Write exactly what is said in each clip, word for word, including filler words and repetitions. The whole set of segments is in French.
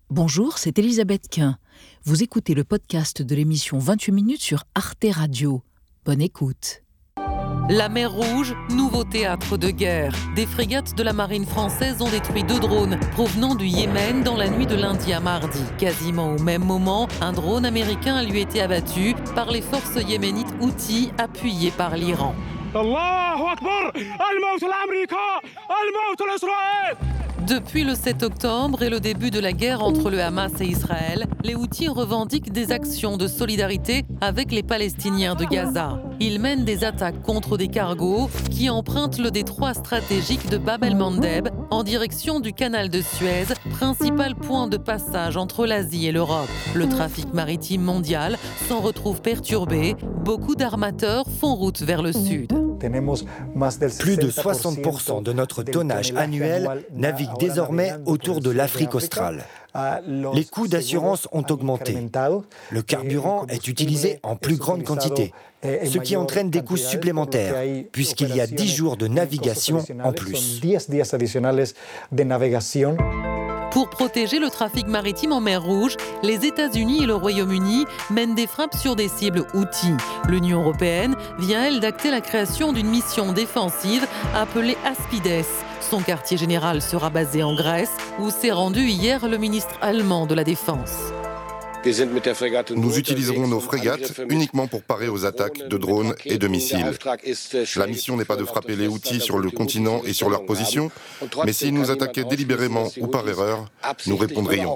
Bonjour, c'est Elisabeth Quint. Vous écoutez le podcast de l'émission vingt-huit minutes sur Arte Radio. Bonne écoute. La mer Rouge, nouveau théâtre de guerre. Des frégates de la marine française ont détruit deux drones provenant du Yémen dans la nuit de lundi à mardi. Quasiment au même moment, un drone américain a lui été abattu par les forces yéménites Houthis appuyées par l'Iran. Allahu Akbar, al-Maut al-Amrika, al-Maut al-Israël. Depuis le sept octobre et le début de la guerre entre le Hamas et Israël, les Houthis revendiquent des actions de solidarité avec les Palestiniens de Gaza. Ils mènent des attaques contre des cargos qui empruntent le détroit stratégique de Bab el-Mandeb en direction du canal de Suez, principal point de passage entre l'Asie et l'Europe. Le trafic maritime mondial s'en retrouve perturbé. Beaucoup d'armateurs font route vers le sud. Plus de soixante pour cent de notre tonnage annuel navigue désormais autour de l'Afrique australe. Les coûts d'assurance ont augmenté. Le carburant est utilisé en plus grande quantité, ce qui entraîne des coûts supplémentaires, puisqu'il y a dix jours de navigation en plus. Pour protéger le trafic maritime en mer Rouge, les États-Unis et le Royaume-Uni mènent des frappes sur des cibles Houthis. L'Union européenne vient, elle, d'acter la création d'une mission défensive appelée Aspides. Son quartier général sera basé en Grèce, où s'est rendu hier le ministre allemand de la Défense. Nous utiliserons nos frégates uniquement pour parer aux attaques de drones et de missiles. La mission n'est pas de frapper les Houthis sur le continent et sur leur position, mais s'ils nous attaquaient délibérément ou par erreur, nous répondrions.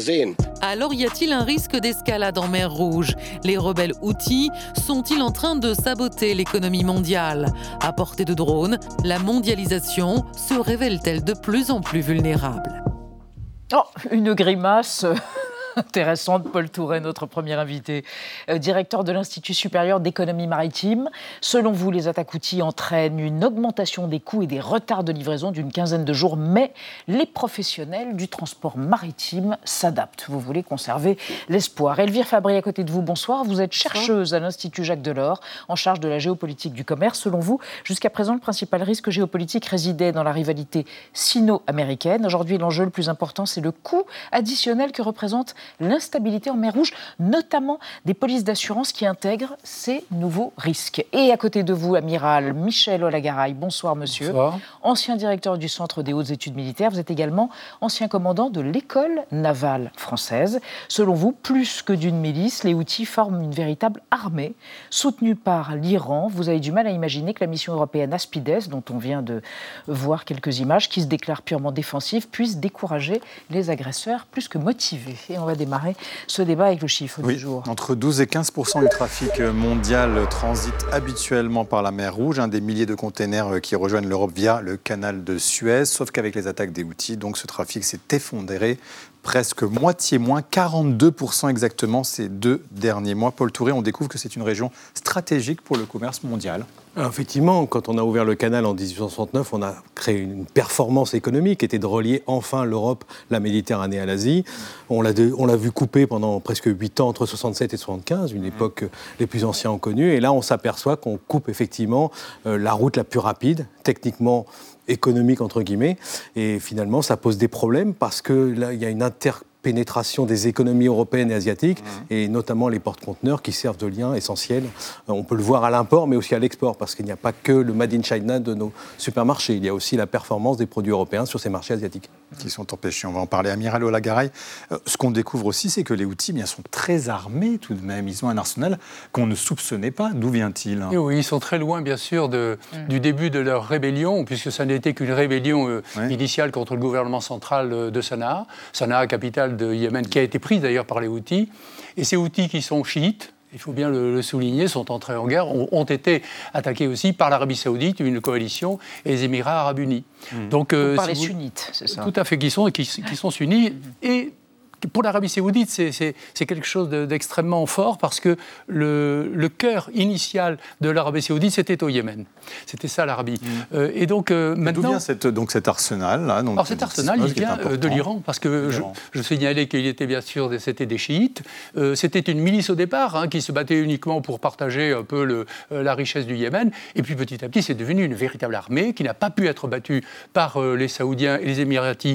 Alors y a-t-il un risque d'escalade en mer Rouge ? Les rebelles Houthis sont-ils en train de saboter l'économie mondiale ? À portée de drones, la mondialisation se révèle-t-elle de plus en plus vulnérable ? Oh, une grimace intéressante, Paul Touret, notre premier invité, euh, directeur de l'Institut supérieur d'économie maritime. Selon vous, les attaques Houthis entraînent une augmentation des coûts et des retards de livraison d'une quinzaine de jours, mais les professionnels du transport maritime s'adaptent. Vous voulez conserver l'espoir. Elvire Fabry, à côté de vous, bonsoir. Vous êtes chercheuse à l'Institut Jacques Delors, en charge de la géopolitique du commerce. Selon vous, jusqu'à présent, le principal risque géopolitique résidait dans la rivalité sino-américaine. Aujourd'hui, l'enjeu le plus important, c'est le coût additionnel que représente l'instabilité en mer Rouge, notamment des polices d'assurance qui intègrent ces nouveaux risques. Et à côté de vous, amiral Michel Olagaray, bonsoir monsieur. Bonsoir. Ancien directeur du Centre des hautes études militaires, vous êtes également ancien commandant de l'école navale française. Selon vous, plus que d'une milice, les Houthis forment une véritable armée soutenue par l'Iran. Vous avez du mal à imaginer que la mission européenne Aspides, dont on vient de voir quelques images, qui se déclare purement défensive, puisse décourager les agresseurs plus que motivés. Et on va démarrer ce débat avec le chiffre oui, du jour. Entre douze et quinze pour cent du trafic mondial transite habituellement par la mer Rouge, un des milliers de containers qui rejoignent l'Europe via le canal de Suez, sauf qu'avec les attaques des Houthis, donc ce trafic s'est effondré, presque moitié moins, quarante-deux pour cent exactement ces deux derniers mois. Paul Touret, on découvre que c'est une région stratégique pour le commerce mondial. Alors effectivement, quand on a ouvert le canal en dix-huit cent soixante-neuf, on a créé une performance économique qui était de relier enfin l'Europe, la Méditerranée à l'Asie. On l'a, de, on l'a vu couper pendant presque huit ans, entre soixante-sept et soixante-quinze, une époque que les plus anciens ont connue. Et là, on s'aperçoit qu'on coupe effectivement euh, la route la plus rapide, techniquement économique entre guillemets. Et finalement, ça pose des problèmes parce que là, il y a une interpénétration des économies européennes et asiatiques, mmh. et notamment les porte-conteneurs qui servent de lien essentiel. On peut le voir à l'import, mais aussi à l'export, parce qu'il n'y a pas que le Made in China de nos supermarchés. Il y a aussi la performance des produits européens sur ces marchés asiatiques. Qui sont empêchés. On va en parler. Amiral Olagaray, euh, ce qu'on découvre aussi, c'est que les Houthis bien, sont très armés tout de même. Ils ont un arsenal qu'on ne soupçonnait pas. D'où vient-il ? Et oui, ils sont très loin, bien sûr, de, mmh. du début de leur rébellion, puisque ça n'était qu'une rébellion euh, oui. initiale contre le gouvernement central euh, de Sanaa. Sanaa, capitale de Yémen, qui a été prise d'ailleurs par les Houthis. Et ces Houthis qui sont chiites, il faut bien le, le souligner, sont entrés en guerre, ont, ont été attaqués aussi par l'Arabie Saoudite, une coalition, et les Émirats Arabes Unis. Mmh. Donc, euh, par si les vous, sunnites, c'est ça ? Tout à fait, qui sont, qui, qui sont sunnis. Mmh. Et pour l'Arabie Saoudite, c'est, c'est, c'est quelque chose de, d'extrêmement fort parce que le, le cœur initial de l'Arabie Saoudite, c'était au Yémen. C'était ça l'Arabie. Mmh. Euh, et donc euh, maintenant, d'où vient cette, donc cet arsenal là, donc, alors cet arsenal, il vient de l'Iran parce que je, je signalais qu'il était bien sûr, c'était des chiites. Euh, c'était une milice au départ hein, qui se battait uniquement pour partager un peu le, euh, la richesse du Yémen. Et puis petit à petit, c'est devenu une véritable armée qui n'a pas pu être battue par euh, les Saoudiens et les Émiratis.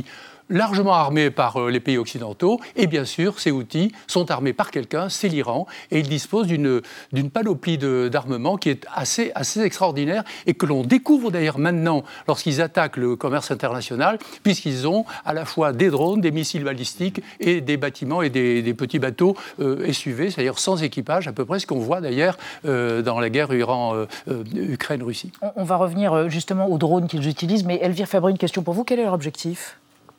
largement armés par euh, les pays occidentaux, et bien sûr, ces Houthis sont armés par quelqu'un, c'est l'Iran, et ils disposent d'une, d'une panoplie de, d'armement qui est assez, assez extraordinaire, et que l'on découvre d'ailleurs maintenant lorsqu'ils attaquent le commerce international, puisqu'ils ont à la fois des drones, des missiles balistiques, et des bâtiments et des, des petits bateaux euh, S U V, c'est-à-dire sans équipage, à peu près ce qu'on voit d'ailleurs euh, dans la guerre Iran-Ukraine-Russie. Euh, euh, on, on va revenir justement aux drones qu'ils utilisent, mais Elvire Fabry, une question pour vous, quel est leur objectif ?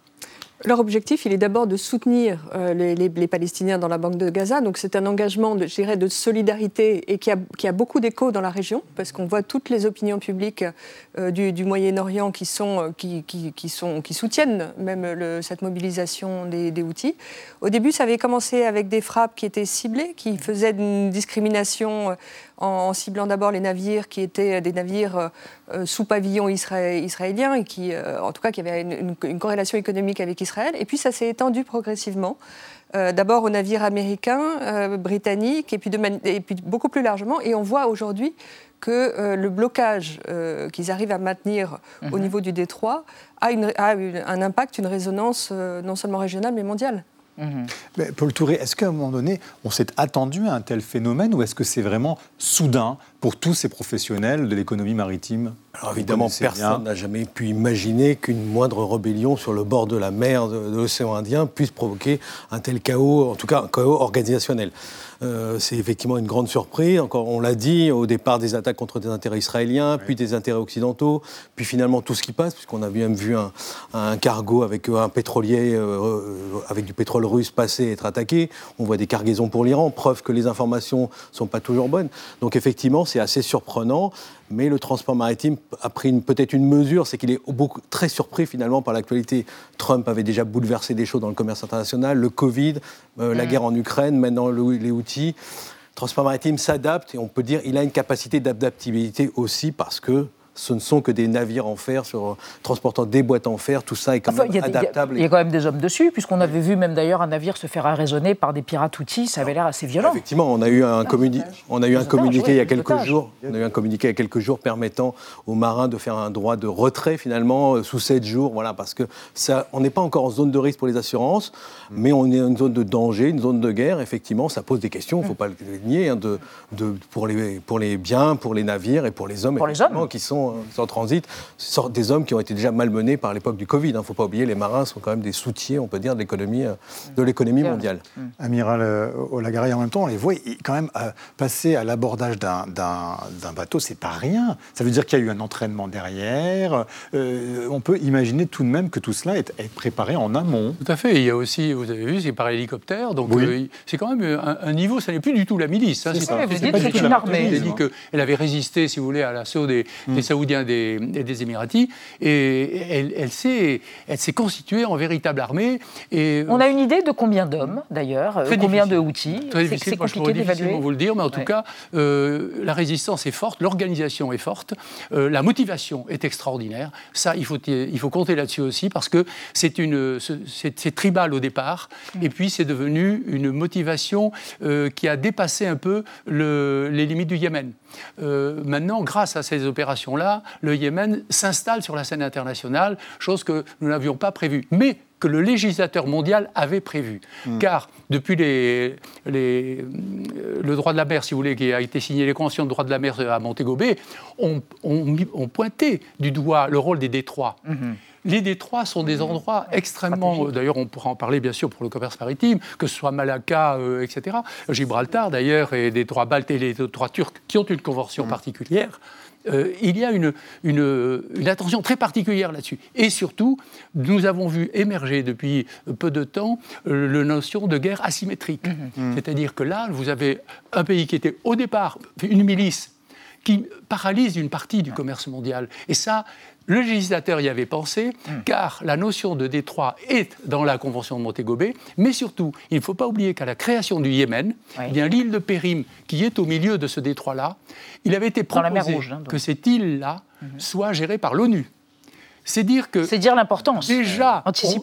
Leur objectif, il est d'abord de soutenir euh, les, les, les Palestiniens dans la bande de Gaza. Donc c'est un engagement, de, je dirais, de solidarité et qui a, qui a beaucoup d'écho dans la région, parce qu'on voit toutes les opinions publiques euh, du, du Moyen-Orient qui, sont, qui, qui, qui, sont, qui soutiennent même le, cette mobilisation des, des Houthis. Au début, ça avait commencé avec des frappes qui étaient ciblées, qui faisaient une discrimination en, en ciblant d'abord les navires qui étaient des navires euh, sous pavillon isra- israélien et qui, euh, en tout cas, qui avaient une, une, une corrélation économique avec Israël. Et puis ça s'est étendu progressivement, euh, d'abord aux navires américains, euh, britanniques, et puis, de mani- et puis beaucoup plus largement. Et on voit aujourd'hui que euh, le blocage euh, qu'ils arrivent à maintenir mmh. au niveau du détroit a, une, a une, un impact, une résonance euh, non seulement régionale mais mondiale. Mmh. Mais Paul Touré, est-ce qu'à un moment donné, on s'est attendu à un tel phénomène ou est-ce que c'est vraiment soudain pour tous ces professionnels de l'économie maritime ? Alors évidemment, personne n'a jamais pu imaginer qu'une moindre rébellion sur le bord de la mer de, de l'océan Indien puisse provoquer un tel chaos, en tout cas un chaos organisationnel. Euh, c'est effectivement une grande surprise. Encore, on l'a dit, au départ des attaques contre des intérêts israéliens, ouais. puis des intérêts occidentaux, puis finalement tout ce qui passe, puisqu'on a même vu un, un cargo avec un pétrolier, euh, avec du pétrole russe passer et être attaqué. On voit des cargaisons pour l'Iran, preuve que les informations ne sont pas toujours bonnes. Donc effectivement, c'est assez surprenant. Mais le transport maritime a pris une, peut-être une mesure, c'est qu'il est beaucoup, très surpris finalement par l'actualité. Trump avait déjà bouleversé des choses dans le commerce international, le Covid, euh, mmh. la guerre en Ukraine, maintenant le, les Houthis. Le transport maritime s'adapte et on peut dire qu'il a une capacité d'adaptabilité aussi parce que ce ne sont que des navires en fer sur, transportant des boîtes en fer, tout ça est quand enfin, même y a, adaptable. Il y, y a quand même des hommes dessus, puisqu'on avait vu même d'ailleurs un navire se faire arraisonner par des pirates Houthis, ça avait l'air assez violent. Effectivement, on a eu un, communi- on a eu un communiqué il y a quelques jours, on a eu un communiqué il y a quelques jours permettant aux marins de faire un droit de retrait finalement sous sept jours, voilà, parce que ça, on n'est pas encore en zone de risque pour les assurances, mmh. mais on est en zone de danger, une zone de guerre. Effectivement, ça pose des questions, il ne faut pas le nier, hein, de, de, pour, les, pour les biens, pour les navires et pour les hommes, pour les hommes. qui sont en transit, sortent des hommes qui ont été déjà malmenés par l'époque du Covid. Il hein. ne faut pas oublier, les marins sont quand même des soutiers, on peut dire, de l'économie, euh, de l'économie mondiale. Mmh. Amiral euh, Olagaray, en même temps, on les voit quand même euh, passer à l'abordage d'un, d'un, d'un bateau, c'est pas rien. Ça veut dire qu'il y a eu un entraînement derrière. Euh, on peut imaginer tout de même que tout cela est, est préparé en amont. Tout à fait. Il y a aussi, vous avez vu, c'est par hélicoptère. Donc oui. euh, c'est quand même un, un niveau, ça n'est plus du tout la milice. Hein, c'est c'est ça, pas, vous c'est dites pas que c'est une armée. Elle a dit qu'elle avait résisté, si vous voulez, à l'assaut des, mmh. des Saoudiens et des, et des Émiratis. Et elle, elle, s'est, elle s'est constituée en véritable armée. Et, on a une idée de combien d'hommes, d'ailleurs, très combien difficile. de Houthis. Très difficile, c'est, c'est compliqué moi, je d'évaluer. vous le dire, mais en tout ouais. cas, euh, la résistance est forte, l'organisation est forte, euh, la motivation est extraordinaire. Ça, il faut, il faut compter là-dessus aussi, parce que c'est, une, c'est, c'est tribal au départ, mmh. et puis c'est devenu une motivation euh, qui a dépassé un peu le, les limites du Yémen. Euh, maintenant, grâce à ces opérations-là, le Yémen s'installe sur la scène internationale, chose que nous n'avions pas prévue, mais que le législateur mondial avait prévu. Mmh. Car depuis les, les, le droit de la mer, si vous voulez, qui a été signé, les conventions de droit de la mer à Montego Bay, on, on, on pointait du doigt le rôle des détroits. Mmh. Les détroits sont des endroits extrêmement... D'ailleurs, on pourra en parler, bien sûr, pour le commerce maritime, que ce soit Malacca, euh, et cetera. Gibraltar, d'ailleurs, et les détroits baltes et les détroits turcs, qui ont une convention mmh. particulière. Euh, il y a une, une, une attention très particulière là-dessus. Et surtout, nous avons vu émerger depuis peu de temps euh, la notion de guerre asymétrique. Mmh. C'est-à-dire que là, vous avez un pays qui était au départ une milice qui paralyse une partie du commerce mondial. Et ça... Le législateur y avait pensé, mmh. car la notion de détroit est dans la Convention de Montego Bay, mais surtout, il ne faut pas oublier qu'à la création du Yémen, oui. eh bien, l'île de Périm, qui est au milieu de ce détroit-là, il avait été proposé Rouge, hein, que cette île-là mmh. soit gérée par l'ONU. C'est dire que... C'est dire l'importance, déjà, anticipée.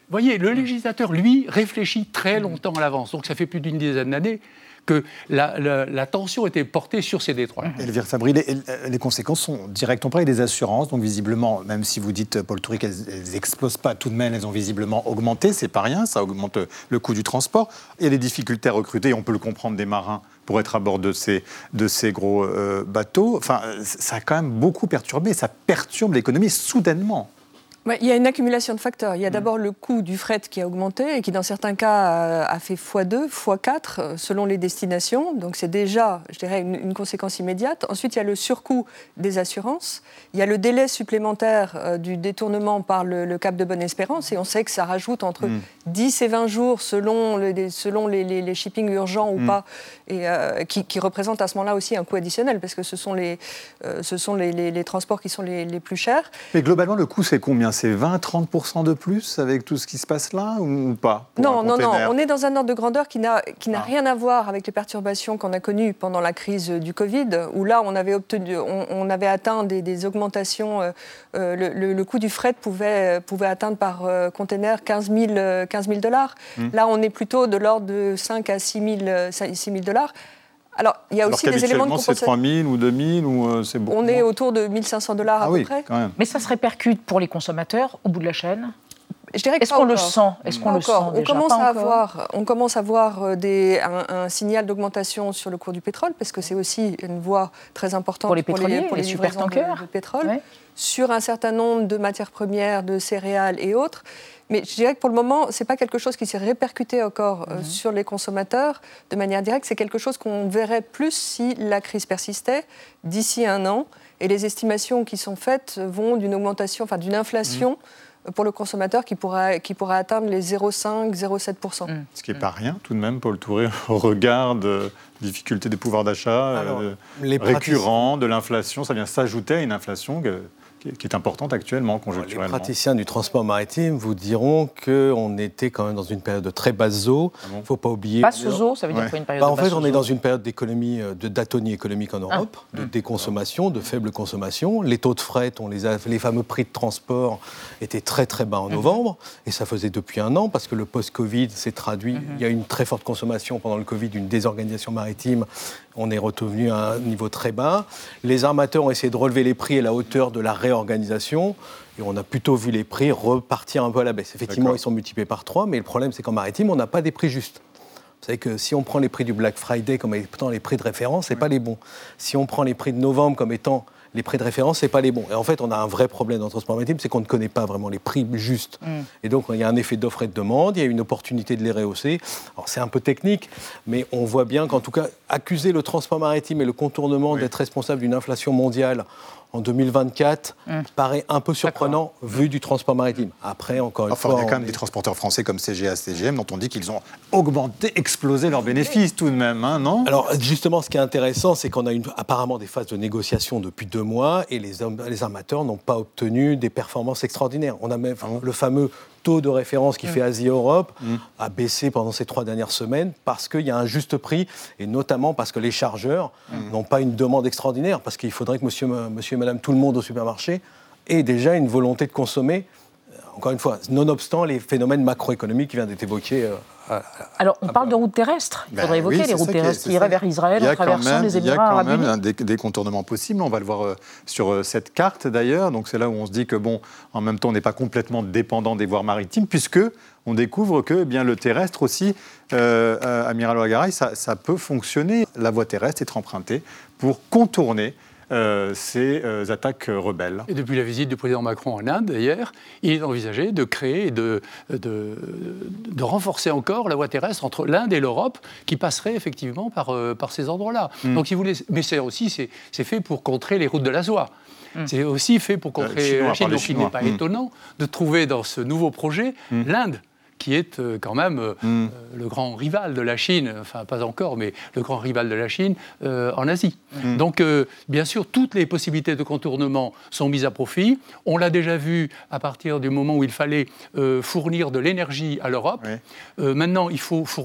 voyez, le législateur, lui, réfléchit très longtemps à l'avance. Donc ça fait plus d'une dizaine d'années que la, la, la tension était portée sur ces détroits. Elvire Fabry, les, les conséquences sont directes. On parlait des assurances, donc visiblement, même si vous dites, Paul Toury, qu'elles n'explosent pas, tout de même, elles ont visiblement augmenté. C'est pas rien, ça augmente le coût du transport. Il y a des difficultés à recruter, on peut le comprendre, des marins pour être à bord de ces, de ces gros euh, bateaux. Enfin, ça a quand même beaucoup perturbé, ça perturbe l'économie soudainement. Ouais, il y a une accumulation de facteurs. Il y a d'abord le coût du fret qui a augmenté et qui, dans certains cas, a fait fois deux, fois quatre, selon les destinations. Donc, c'est déjà, je dirais, une, une conséquence immédiate. Ensuite, il y a le surcoût des assurances. Il y a le délai supplémentaire euh, du détournement par le, le Cap de Bonne-Espérance. Et on sait que ça rajoute entre mmh. dix et vingt jours, selon, le, selon les, les, les shippings urgents ou mmh. pas, et euh, qui, qui représentent à ce moment-là aussi un coût additionnel, parce que ce sont les, euh, ce sont les, les, les transports qui sont les, les plus chers. Mais globalement, le coût, c'est combien ? C'est vingt à trente pour cent de plus avec tout ce qui se passe là ou pas ? Non, non, non. On est dans un ordre de grandeur qui n'a, qui n'a ah. rien à voir avec les perturbations qu'on a connues pendant la crise du Covid, où là, on avait, obtenu, on, on avait atteint des, des augmentations. Euh, le, le, le coût du fret pouvait, pouvait atteindre par euh, container quinze mille dollars. Hum. Là, on est plutôt de l'ordre de cinq à six mille dollars. Alors, il y a aussi des éléments de compensation. C'est trois mille ou deux mille ou euh, c'est beaucoup. On est autour de mille cinq cents dollars à ah peu oui, près. Quand même. Mais ça se répercute pour les consommateurs au bout de la chaîne. Je dirais que Est-ce qu'on encore. le sent Est-ce qu'on pas le sent on déjà commence, pas à encore. avoir, on commence à avoir des, un, un signal d'augmentation sur le cours du pétrole, parce que c'est aussi une voie très importante pour les pour pétroliers, les, pour les, les livraisons de, de pétrole, ouais. sur un certain nombre de matières premières, de céréales et autres. Mais je dirais que pour le moment, ce n'est pas quelque chose qui s'est répercuté encore euh, mmh. sur les consommateurs de manière directe. C'est quelque chose qu'on verrait plus si la crise persistait d'ici un an. Et les estimations qui sont faites vont d'une augmentation, enfin d'une inflation mmh. pour le consommateur qui pourra, qui pourra atteindre les zéro virgule cinq à zéro virgule sept pour cent. Mmh. Ce qui n'est pas rien tout de même, Paul Toury, au regard de difficultés des pouvoirs d'achat Alors, euh, les récurrents, de l'inflation. Ça vient s'ajouter à une inflation que... qui est importante actuellement, conjoncturellement. Les praticiens du transport maritime vous diront qu'on était quand même dans une période de très basse eau. Il ah bon ne faut pas oublier... Basse eau, ça veut dire ouais. quoi une période bah, de En basse fait, on est dans une période d'économie, de d'atonie économique en Europe, ah. de mmh. déconsommation, de faible consommation. Les taux de fret, on les, a, les fameux prix de transport étaient très très bas en novembre, mmh. et ça faisait depuis un an, parce que le post-Covid s'est traduit. Mmh. Il y a une très forte consommation pendant le Covid, une désorganisation maritime. On est revenu à un niveau très bas. Les armateurs ont essayé de relever les prix à la hauteur de la réorganisation. Et on a plutôt vu les prix repartir un peu à la baisse. Effectivement, D'accord. ils sont multipliés par trois, mais le problème, c'est qu'en maritime, on n'a pas des prix justes. Vous savez que si on prend les prix du Black Friday comme étant les prix de référence, ce n'est oui. pas les bons. Si on prend les prix de novembre comme étant les prix de référence, ce n'est pas les bons. Et en fait, on a un vrai problème dans le transport maritime, c'est qu'on ne connaît pas vraiment les prix justes. Mm. Et donc, il y a un effet d'offre et de demande, il y a une opportunité de les rehausser. Alors, c'est un peu technique, mais on voit bien qu'en tout cas, accuser le transport maritime et le contournement oui. d'être responsable d'une inflation mondiale en deux mille vingt-quatre mmh. paraît un peu surprenant D'accord. vu du transport maritime. Après, encore une enfin, fois... il y a quand même est... des transporteurs français comme C G A, C G M dont on dit qu'ils ont augmenté, explosé leurs bénéfices tout de même, hein, non ? Alors, justement, ce qui est intéressant, c'est qu'on a une, apparemment des phases de négociation depuis deux mois et les, les armateurs n'ont pas obtenu des performances extraordinaires. On a même ah bon le fameux taux de référence qui mmh. fait Asie-Europe mmh. a baissé pendant ces trois dernières semaines parce qu'il y a un juste prix et notamment parce que les chargeurs mmh. n'ont pas une demande extraordinaire parce qu'il faudrait que monsieur, monsieur et madame tout le monde au supermarché ait déjà une volonté de consommer, encore une fois, nonobstant les phénomènes macroéconomiques qui viennent d'être évoqués. Euh, à, à, Alors, on parle de routes terrestres. Il faudrait ben évoquer oui, les routes terrestres qui iraient vers Israël en traversant même, les Émirats arabes unis. Il y a quand même des, des contournements possibles. On va le voir euh, sur euh, cette carte, d'ailleurs. Donc, c'est là où on se dit que, bon, en même temps, on n'est pas complètement dépendant des voies maritimes, puisque on découvre que eh bien, le terrestre aussi, euh, euh, Amiral Ouattara, ça, ça peut fonctionner. La voie terrestre est empruntée pour contourner Euh, ces euh, attaques rebelles. Et depuis la visite du président Macron en Inde, hier, il est envisagé de créer et de, de, de renforcer encore la voie terrestre entre l'Inde et l'Europe, qui passerait effectivement par, euh, par ces endroits-là. Mm. Donc, si vous voulez, mais c'est aussi c'est, c'est fait pour contrer les routes de la soie. Mm. C'est aussi fait pour contrer euh, chinois, la Chine. Donc, il n'est pas mm. étonnant de trouver dans ce nouveau projet mm. l'Inde, qui est euh, quand même euh, mm. euh, le grand rival de la Chine, enfin pas encore, mais le grand rival de la Chine euh, en Asie. Mm. Donc, euh, bien sûr, toutes les possibilités de contournement sont mises à profit. On l'a déjà vu à partir du moment où il fallait euh, fournir de l'énergie à l'Europe. Oui. Euh, maintenant, il faut fournir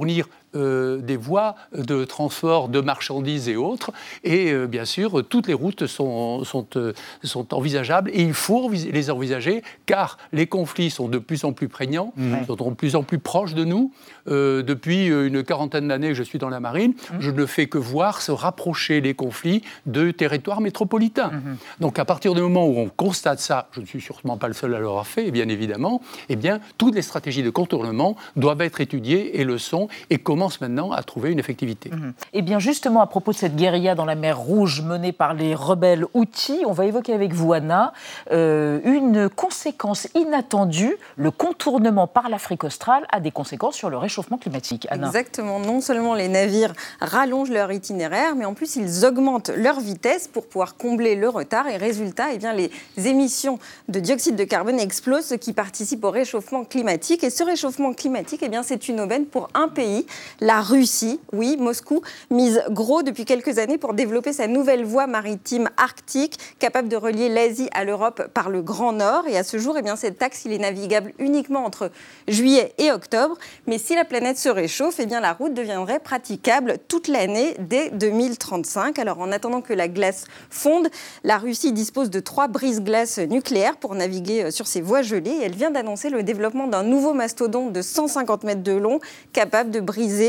euh, des voies de transport de marchandises et autres. Et euh, bien sûr, toutes les routes sont, sont, euh, sont envisageables et il faut les envisager car les conflits sont de plus en plus prégnants, mmh. sont de plus en plus proches de nous. Euh, depuis une quarantaine d'années que je suis dans la marine, mmh. je ne fais que voir se rapprocher les conflits de territoires métropolitains. Mmh. Donc à partir du moment où on constate ça, je ne suis sûrement pas le seul à l'avoir fait, bien évidemment, eh bien, toutes les stratégies de contournement doivent être étudiées et le sont et commencent maintenant à trouver une effectivité. Mmh. Eh bien justement, à propos de cette guérilla dans la mer Rouge menée par les rebelles Houthis, on va évoquer avec vous, Anna, euh, une conséquence inattendue. Le contournement par l'Afrique australe a des conséquences sur le réchauffement climatique. Anna. Exactement. Non seulement les navires rallongent leur itinéraire, mais en plus ils augmentent leur vitesse pour pouvoir combler le retard. Et résultat, eh bien, les émissions de dioxyde de carbone explosent, ce qui participe au réchauffement climatique. Et ce réchauffement climatique, eh bien, c'est une aubaine pour un pays, la Russie. Oui, Moscou mise gros depuis quelques années pour développer sa nouvelle voie maritime arctique, capable de relier l'Asie à l'Europe par le Grand Nord. Et à ce jour, eh bien, cet axe il est navigable uniquement entre juillet et octobre. Mais si la planète se réchauffe, eh bien, la route deviendrait praticable toute l'année dès deux mille trente-cinq. Alors, en attendant que la glace fonde, la Russie dispose de trois brise-glaces nucléaires pour naviguer sur ces voies gelées. Et elle vient d'annoncer le développement d'un nouveau mastodonte de cent cinquante mètres de long, capable de briser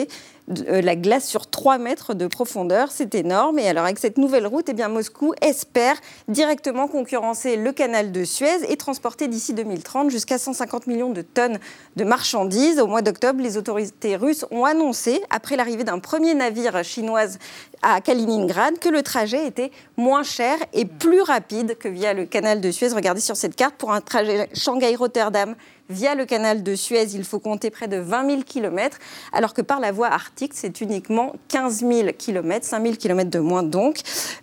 la glace sur trois mètres de profondeur. C'est énorme. Et alors, avec cette nouvelle route, eh bien, Moscou espère directement concurrencer le canal de Suez et transporter d'ici deux mille trente jusqu'à cent cinquante millions de tonnes de marchandises. Au mois d'octobre, les autorités russes ont annoncé, après l'arrivée d'un premier navire chinois à Kaliningrad, que le trajet était moins cher et plus rapide que via le canal de Suez. Regardez sur cette carte, pour un trajet Shanghai-Rotterdam, via le canal de Suez, il faut compter près de vingt mille kilomètres, alors que par la voie arctique, c'est uniquement quinze mille kilomètres, cinq mille kilomètres de moins donc.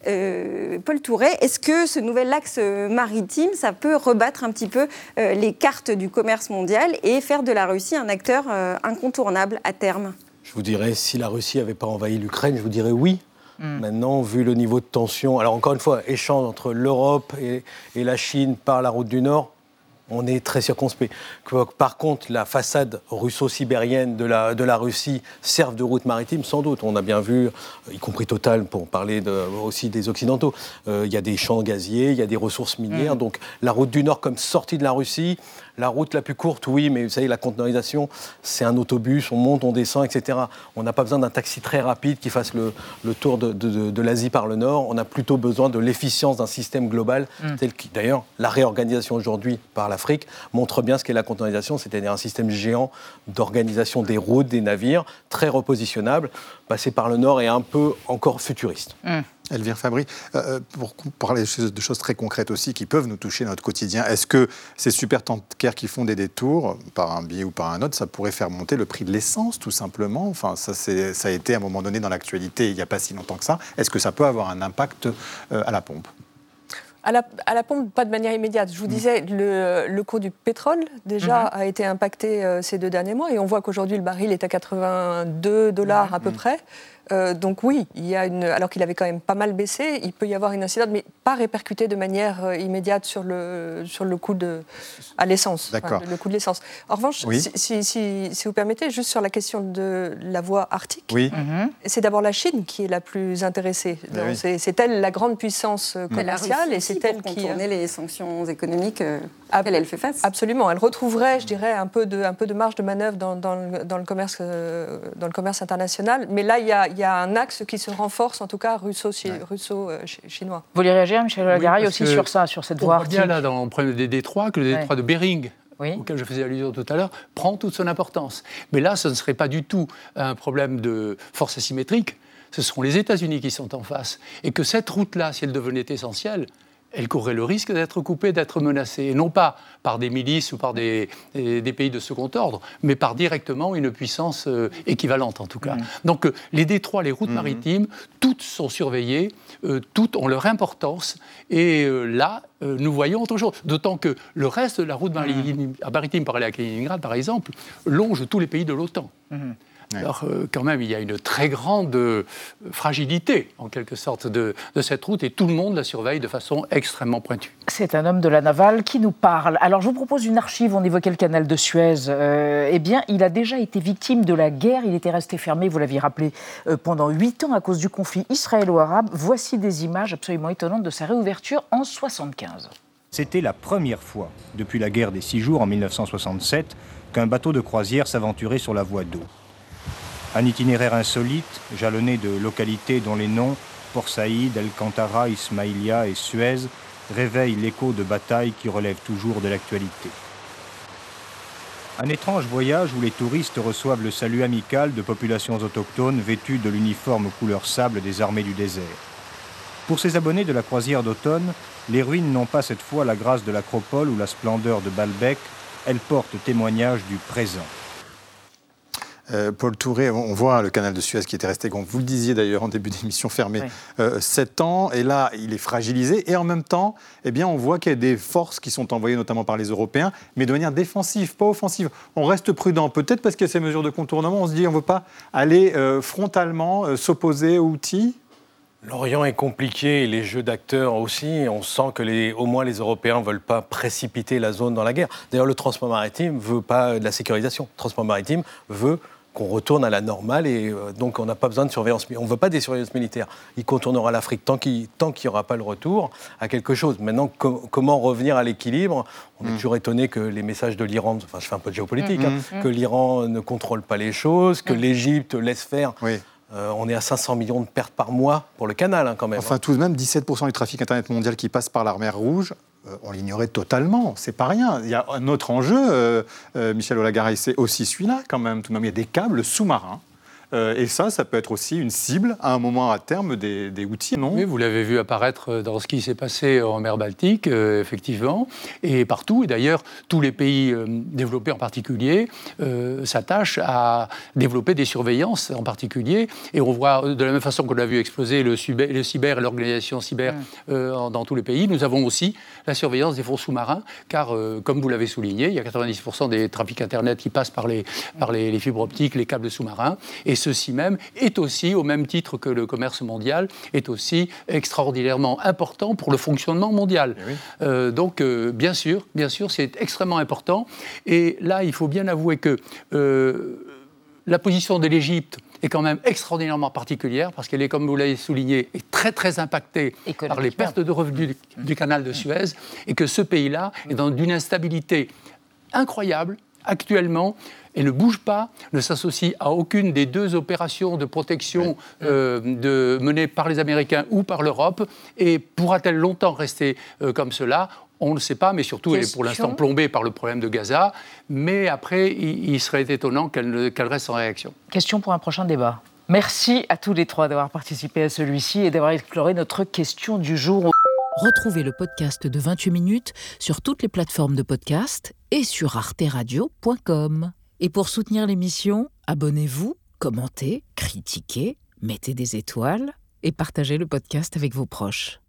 Euh, Paul Touret, est-ce que ce nouvel axe maritime, ça peut rebattre un petit peu euh, les cartes du commerce mondial et faire de la Russie un acteur euh, incontournable à terme ? Je vous dirais, si la Russie n'avait pas envahi l'Ukraine, je vous dirais oui. Mmh. Maintenant, vu le niveau de tension, alors encore une fois, échange entre l'Europe et, et la Chine par la route du Nord, on est très circonspect. Par contre, la façade russo-sibérienne de la, de la Russie serve de route maritime, sans doute. On a bien vu, y compris Total, pour parler de, aussi des Occidentaux, euh, il y a des champs gaziers, il y a des ressources minières. Mmh. Donc la route du Nord comme sortie de la Russie, la route la plus courte, oui, mais vous savez, la conteneurisation, c'est un autobus, on monte, on descend, et cetera. On n'a pas besoin d'un taxi très rapide qui fasse le, le tour de, de, de l'Asie par le Nord. On a plutôt besoin de l'efficience d'un système global, mmh. tel que, d'ailleurs, la réorganisation aujourd'hui par l'Afrique montre bien ce qu'est la conteneurisation, c'est-à-dire un système géant d'organisation des routes, des navires, très repositionnable. Passer par le Nord est un peu encore futuriste. Mmh. Elvire Fabry, euh, pour parler de choses très concrètes aussi qui peuvent nous toucher dans notre quotidien, est-ce que ces supertankers qui font des détours par un biais ou par un autre, ça pourrait faire monter le prix de l'essence tout simplement ? Enfin, ça, c'est, ça a été à un moment donné dans l'actualité il n'y a pas si longtemps que ça. Est-ce que ça peut avoir un impact euh, à la pompe ? À la, à la pompe, pas de manière immédiate. Je vous disais, le, le cours du pétrole, déjà, mmh. a été impacté euh, ces deux derniers mois. Et on voit qu'aujourd'hui, le baril est à quatre-vingt-deux dollars mmh. à peu mmh. près. Euh, donc oui, il y a une, alors qu'il avait quand même pas mal baissé, il peut y avoir une incidence, mais pas répercutée de manière euh, immédiate sur le, sur le coût de, à l'essence. D'accord. Enfin, le coût de l'essence. En revanche, oui. si, si, si, si vous permettez, juste sur la question de la voie arctique, oui. mm-hmm. c'est d'abord la Chine qui est la plus intéressée. Donc, oui. c'est, c'est elle la grande puissance commerciale, et c'est elle qui contourner les sanctions économiques euh, auxquelles elle fait face. Absolument, elle retrouverait, je dirais, un peu de, un peu de marge de manœuvre dans, dans, le, dans, le, commerce, euh, dans le commerce international. Mais là, il y a Il y a un axe qui se renforce, en tout cas russo-chinois. Russo, euh, vous voulez réagir, Michel Lagaraille, oui, aussi sur ça, sur cette voie arctique ? On voit bien là dans le problème des détroits que le détroit ouais. de Bering, oui. auquel je faisais allusion tout à l'heure, prend toute son importance. Mais là, ce ne serait pas du tout un problème de force asymétrique. Ce sont les États-Unis qui sont en face. Et que cette route-là, si elle devenait essentielle, elle courrait le risque d'être coupée, d'être menacée, et non pas par des milices ou par des, des, des pays de second ordre, mais par directement une puissance euh, équivalente en tout cas. Mmh. Donc euh, les détroits, les routes mmh. maritimes, toutes sont surveillées, euh, toutes ont leur importance, et euh, là, euh, nous voyons autre chose. D'autant que le reste de la route maritime, mmh. maritime par aller à Kaliningrad, par exemple, longe tous les pays de l'OTAN. Mmh. Ouais. Alors, euh, quand même, il y a une très grande euh, fragilité, en quelque sorte, de, de cette route, et tout le monde la surveille de façon extrêmement pointue. C'est un homme de la navale qui nous parle. Alors, je vous propose une archive. On évoquait le canal de Suez. Euh, eh bien, il a déjà été victime de la guerre. Il était resté fermé, vous l'aviez rappelé, euh, pendant huit ans à cause du conflit israélo-arabe. Voici des images absolument étonnantes de sa réouverture en soixante-quinze. C'était la première fois, depuis la guerre des Six Jours en mille neuf cent soixante-sept, qu'un bateau de croisière s'aventurait sur la voie d'eau. Un itinéraire insolite, jalonné de localités dont les noms, Port Saïd, El Kantara, Ismaïlia et Suez, réveillent l'écho de batailles qui relèvent toujours de l'actualité. Un étrange voyage où les touristes reçoivent le salut amical de populations autochtones vêtues de l'uniforme couleur sable des armées du désert. Pour ces abonnés de la croisière d'automne, les ruines n'ont pas cette fois la grâce de l'acropole ou la splendeur de Baalbek, elles portent témoignage du présent. Euh, Paul Touré, on voit le canal de Suez qui était resté, comme vous le disiez d'ailleurs en début d'émission, fermé oui. euh, sept ans, et là il est fragilisé, et en même temps, eh bien, on voit qu'il y a des forces qui sont envoyées notamment par les Européens, mais de manière défensive, pas offensive. On reste prudent, peut-être parce qu'il y a ces mesures de contournement, on se dit on ne veut pas aller euh, frontalement euh, s'opposer aux outils. L'Orient est compliqué et les jeux d'acteurs aussi. On sent que les, au moins les Européens ne veulent pas précipiter la zone dans la guerre. D'ailleurs, le transport maritime ne veut pas de la sécurisation. Le transport maritime veut qu'on retourne à la normale et euh, donc on n'a pas besoin de surveillance. On ne veut pas des surveillances militaires. Il contournera l'Afrique tant qu'il tant qu'il n'y aura pas le retour à quelque chose. Maintenant, com- comment revenir à l'équilibre ? On est mmh. toujours étonné que les messages de l'Iran, enfin je fais un peu de géopolitique, mmh. hein, que l'Iran ne contrôle pas les choses, que mmh. l'Égypte laisse faire. Oui. Euh, on est à cinq cents millions de pertes par mois pour le canal, hein, quand même. Enfin, tout de même, dix-sept pour cent du trafic Internet mondial qui passe par la mer Rouge, euh, on l'ignorait totalement. C'est pas rien. Il y a un autre enjeu, euh, euh, Michel Olagaray, c'est aussi celui-là, quand même. Tout de même, il y a des câbles sous-marins. Euh, et ça, ça peut être aussi une cible, à un moment à terme, des, des outils, non ? Oui, vous l'avez vu apparaître dans ce qui s'est passé en mer Baltique, euh, effectivement, et partout. Et d'ailleurs, tous les pays euh, développés en particulier euh, s'attachent à développer des surveillances en particulier. Et on voit, de la même façon qu'on a vu exploser le, cyber, le cyber et l'organisation cyber euh, dans tous les pays, nous avons aussi la surveillance des fonds sous-marins, car, euh, comme vous l'avez souligné, il y a quatre-vingt-dix pour cent des trafics Internet qui passent par les, par les, les fibres optiques, les câbles sous-marins. Et ceci même est aussi, au même titre que le commerce mondial, est aussi extraordinairement important pour le fonctionnement mondial. Oui. Euh, donc, euh, bien sûr, bien sûr, c'est extrêmement important. Et là, il faut bien avouer que euh, la position de l'Égypte est quand même extraordinairement particulière, parce qu'elle est, comme vous l'avez souligné, est très, très impactée par les pertes de revenus du, du canal de Suez, et que ce pays-là est dans une instabilité incroyable, actuellement, et ne bouge pas, ne s'associe à aucune des deux opérations de protection euh, de, menées par les Américains ou par l'Europe. Et pourra-t-elle longtemps rester euh, comme cela ? On ne le sait pas, mais surtout, Question. Elle est pour l'instant plombée par le problème de Gaza. Mais après, il, il serait étonnant qu'elle, qu'elle reste en réaction. Question pour un prochain débat. Merci à tous les trois d'avoir participé à celui-ci et d'avoir exploré notre question du jour. Retrouvez le podcast de vingt-huit minutes sur toutes les plateformes de podcast et sur arte radio point com. Et pour soutenir l'émission, abonnez-vous, commentez, critiquez, mettez des étoiles et partagez le podcast avec vos proches.